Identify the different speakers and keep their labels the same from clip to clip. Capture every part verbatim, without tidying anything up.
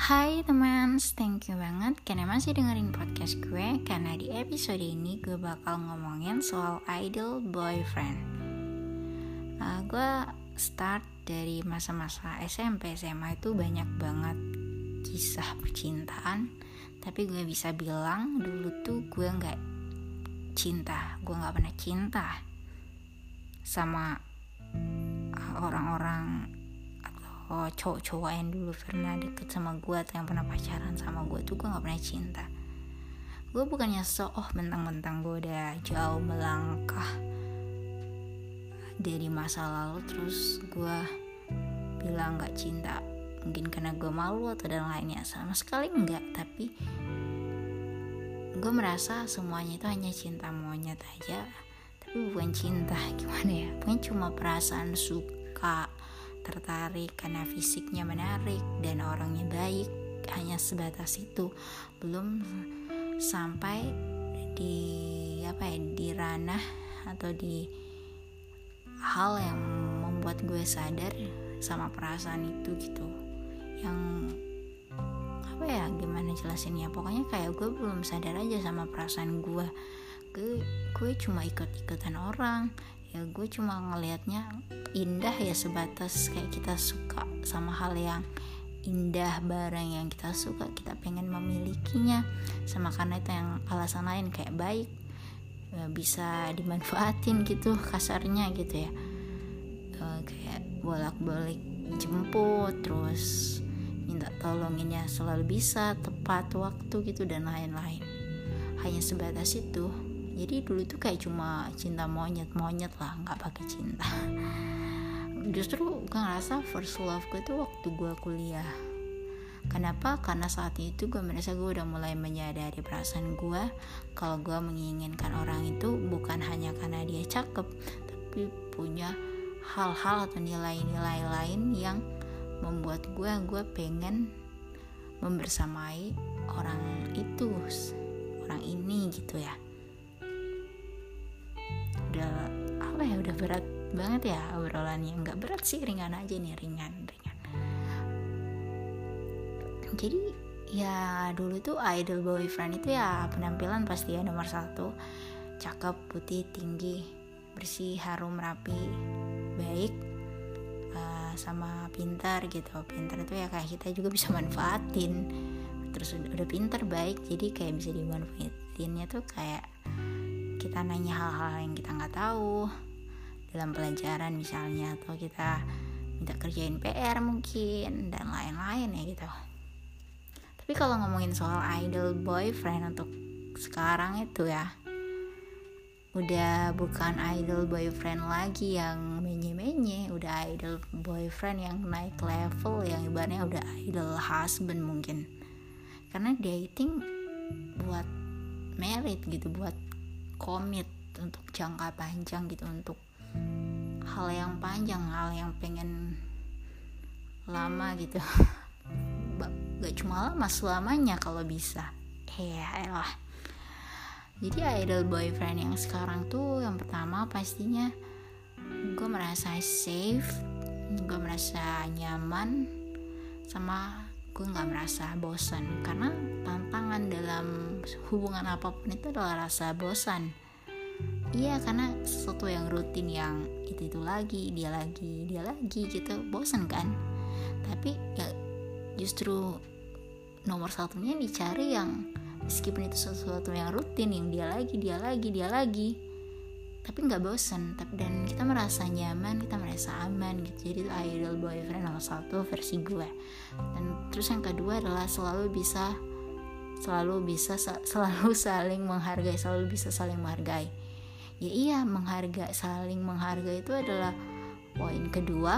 Speaker 1: Hai teman, thank you banget karena masih dengerin podcast gue. Karena di episode ini gue bakal ngomongin soal idol boyfriend. uh, Gue start dari masa-masa S M P S M A itu banyak banget kisah percintaan. Tapi gue bisa bilang dulu tuh gue gak cinta. Gue gak pernah cinta sama orang-orang Oh, cowok-cowok yang dulu pernah deket sama gue atau yang pernah pacaran sama gue tuh gue gak pernah cinta. Gue bukannya so oh mentang-mentang gue udah jauh melangkah dari masa lalu terus gue bilang gak cinta. Mungkin karena gue malu atau dan lainnya. Sama sekali enggak. Tapi gue merasa semuanya itu hanya cinta monyet aja. Tapi bukan cinta, gimana ya, pokoknya cuma perasaan suka, tertarik karena fisiknya menarik dan orangnya baik, hanya sebatas itu. Belum sampai di apa ya di ranah atau di hal yang membuat gue sadar sama perasaan itu gitu. Yang apa ya gimana jelasinnya, pokoknya kayak gue belum sadar aja sama perasaan gue. Gue, gue cuma ikut-ikutan orang. Ya gue cuma ngelihatnya indah ya sebatas kayak kita suka sama hal yang indah, barang yang kita suka, kita pengen memilikinya. Sama karena itu yang alasan lain kayak baik, ya bisa dimanfaatin gitu kasarnya gitu ya. E, kayak bolak-balik jemput, terus minta tolonginnya selalu bisa, tepat waktu gitu dan lain-lain. Hanya sebatas itu. Jadi dulu tuh kayak cuma cinta monyet-monyet lah, gak pakai cinta. Justru gue ngerasa first love gue tuh waktu gue kuliah. Kenapa? Karena saat itu gue merasa gue udah mulai menyadari perasaan gue. Kalau gue menginginkan orang itu bukan hanya karena dia cakep, tapi punya hal-hal atau nilai-nilai lain yang membuat gue gue pengen membersamai orang itu, orang ini gitu ya. Udah apa ya udah berat banget ya obrolannya. Nggak berat sih, ringan aja nih, ringan ringan. Jadi ya dulu tuh idol boyfriend itu ya penampilan pasti ya nomor satu, cakep, putih, tinggi, bersih, harum, rapi, baik, uh, sama pintar gitu. Pintar itu ya kayak kita juga bisa manfaatin. Terus udah, udah pintar, baik, jadi kayak bisa dimanfaatinnya tuh kayak kita nanya hal-hal yang kita nggak tahu dalam pelajaran misalnya, atau kita minta kerjain P R mungkin dan lain-lain ya gitu. Tapi kalau ngomongin soal idol boyfriend untuk sekarang itu ya udah bukan idol boyfriend lagi yang menye-menye, udah idol boyfriend yang naik level, yang ibaratnya udah idol husband mungkin. Karena dating buat married gitu, buat komit untuk jangka panjang gitu, untuk hal yang panjang, hal yang pengen lama gitu. Gak cuma lama, selamanya kalau bisa. Ya elah. Jadi idol boyfriend yang sekarang tuh yang pertama pastinya gue merasa safe, gue merasa nyaman, sama gue gak merasa bosan. Karena tantangan dalam hubungan apapun itu adalah rasa bosan. Iya, karena sesuatu yang rutin, yang itu-itu lagi, dia lagi, dia lagi gitu, bosan kan. Tapi ya justru nomor satunya dicari yang meskipun itu sesuatu yang rutin, yang dia lagi, dia lagi, dia lagi, tapi gak bosan, tapi dan kita merasa nyaman, kita merasa aman gitu. Jadi idol boyfriend nomor satu versi gue. Dan terus yang kedua adalah selalu bisa selalu bisa selalu saling menghargai, selalu bisa saling menghargai. Ya iya, menghargai, saling menghargai itu adalah poin kedua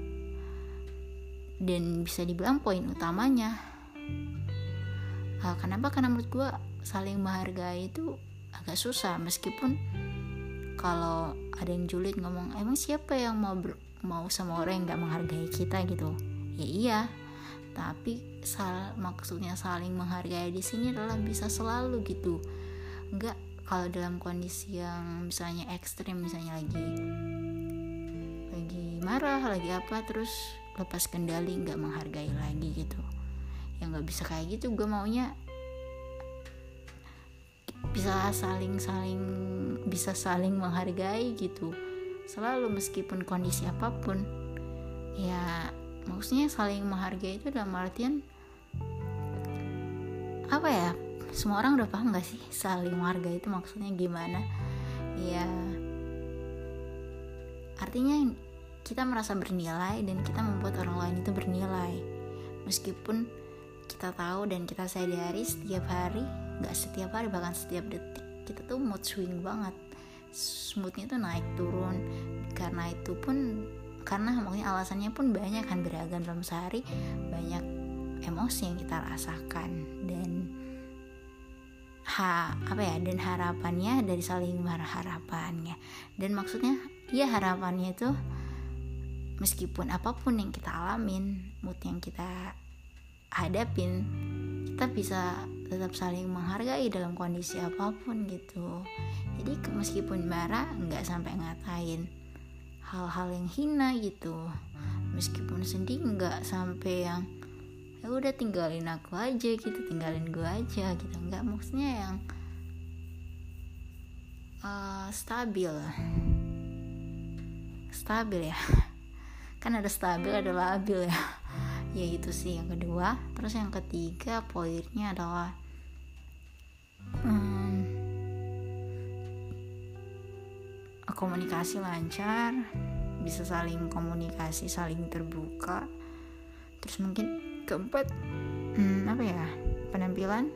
Speaker 1: dan bisa dibilang poin utamanya. Nah, kenapa? Karena menurut gue saling menghargai itu agak susah. Meskipun kalau ada yang julid ngomong, emang siapa yang mau ber- mau sama orang yang gak menghargai kita gitu? Ya iya, tapi sal- maksudnya saling menghargai di sini adalah bisa selalu gitu. Enggak kalau dalam kondisi yang misalnya ekstrim, misalnya lagi lagi marah, lagi apa, terus lepas kendali, nggak menghargai lagi gitu. ya nggak bisa kayak gitu. Gue maunya bisa saling saling bisa saling menghargai gitu selalu, meskipun kondisi apapun. Ya maksudnya saling menghargai itu dalam artian apa ya, semua orang udah paham gak sih saling menghargai itu maksudnya gimana? Ya artinya kita merasa bernilai dan kita membuat orang lain itu bernilai, meskipun kita tahu dan kita sadari setiap hari, gak setiap hari, bahkan setiap detik kita tuh mood swing banget, moodnya tuh naik turun. Karena itu pun, karena mungkin alasannya pun banyak kan, beragam dalam sehari, banyak emosi yang kita rasakan. Dan ha, apa ya, dan harapannya dari saling harapannya. Dan maksudnya ya harapannya itu meskipun apapun yang kita alamin, mood yang kita hadapin, kita bisa tetap saling menghargai dalam kondisi apapun gitu. Jadi meskipun marah nggak sampai ngatain hal-hal yang hina gitu, meskipun sedih nggak sampai yang ya udah tinggalin aku aja gitu, tinggalin gue aja gitu. Nggak, maksudnya yang uh, stabil stabil ya kan ada stabil, ada labil ya. Ya itu sih yang kedua. Terus yang ketiga poinnya adalah hmm, komunikasi lancar, bisa saling komunikasi, saling terbuka. Terus mungkin keempat hmm, apa ya, penampilan.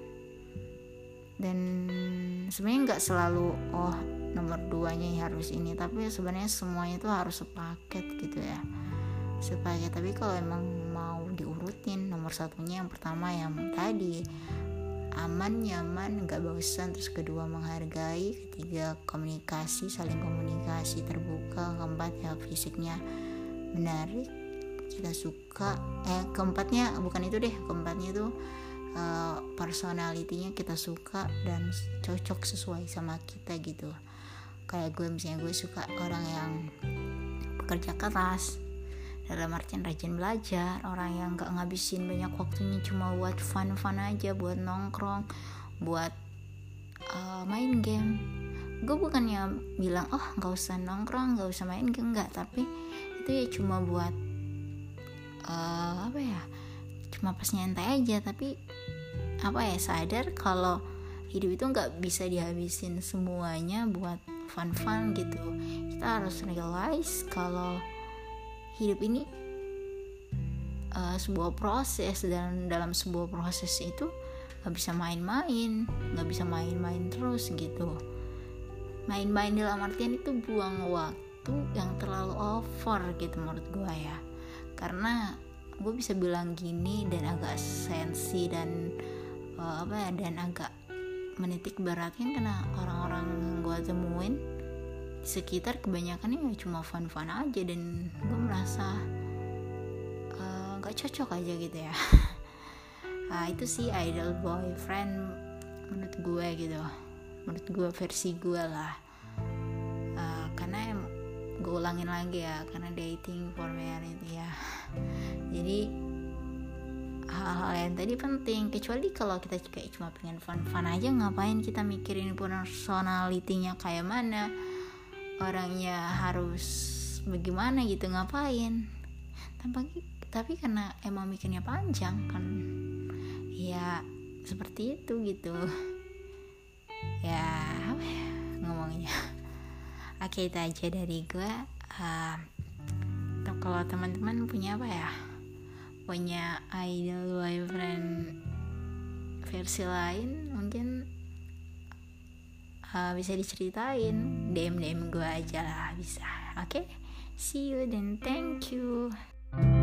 Speaker 1: Dan sebenarnya nggak selalu oh nomor duanya harus ini, tapi sebenarnya semuanya itu harus sepaket gitu ya, sepaket. Tapi kalau emang mau diurutin, nomor satunya yang pertama yang tadi aman, nyaman, nggak bosan. Terus kedua menghargai, ketiga komunikasi, saling komunikasi terbuka, keempat ya fisiknya menarik, kita suka. Eh keempatnya bukan itu deh, keempatnya itu uh, personalitinya kita suka dan cocok sesuai sama kita gitu. Kayak gue misalnya, gue suka orang yang pekerja keras, dalam artian rajin belajar, orang yang gak ngabisin banyak waktunya cuma buat fun-fun aja, buat nongkrong, buat uh, main game. Gue bukannya bilang oh gak usah nongkrong, gak usah main game, enggak, tapi itu ya cuma buat uh, apa ya, cuma pas nyantai aja. Tapi apa ya, sadar kalau hidup itu gak bisa dihabisin semuanya buat fun-fun gitu. Kita harus realize kalau hidup ini uh, sebuah proses, dan dalam sebuah proses itu gak bisa main-main, gak bisa main-main terus gitu. Main-main dalam artian itu buang waktu yang terlalu over gitu menurut gue ya. Karena gue bisa bilang gini dan agak sensi dan uh, apa ya, dan agak menitik beratkan, karena orang-orang yang gue temuin di sekitar kebanyakan ya cuma fun-fun aja, dan gue merasa uh, gak cocok aja gitu ya. Nah, itu sih ideal boyfriend menurut gue gitu, menurut gue, versi gue lah. Uh, karena gue ulangin lagi ya, karena dating for married ya. Jadi hal-hal yang tadi penting, kecuali kalau kita kayak cuma pengen fun-fun aja, ngapain kita mikirin personalitinya kayak mana, orangnya harus bagaimana gitu, ngapain. Tapi, tapi karena emang mikirnya panjang kan, ya seperti itu gitu ya, apa ya ngomongnya. Oke, itu aja dari gue. uh, Kalau teman-teman punya apa ya, punya ideal boyfriend versi lain, mungkin uh, bisa diceritain, D M D M gue aja lah bisa. Oke, okay? See you then, thank you.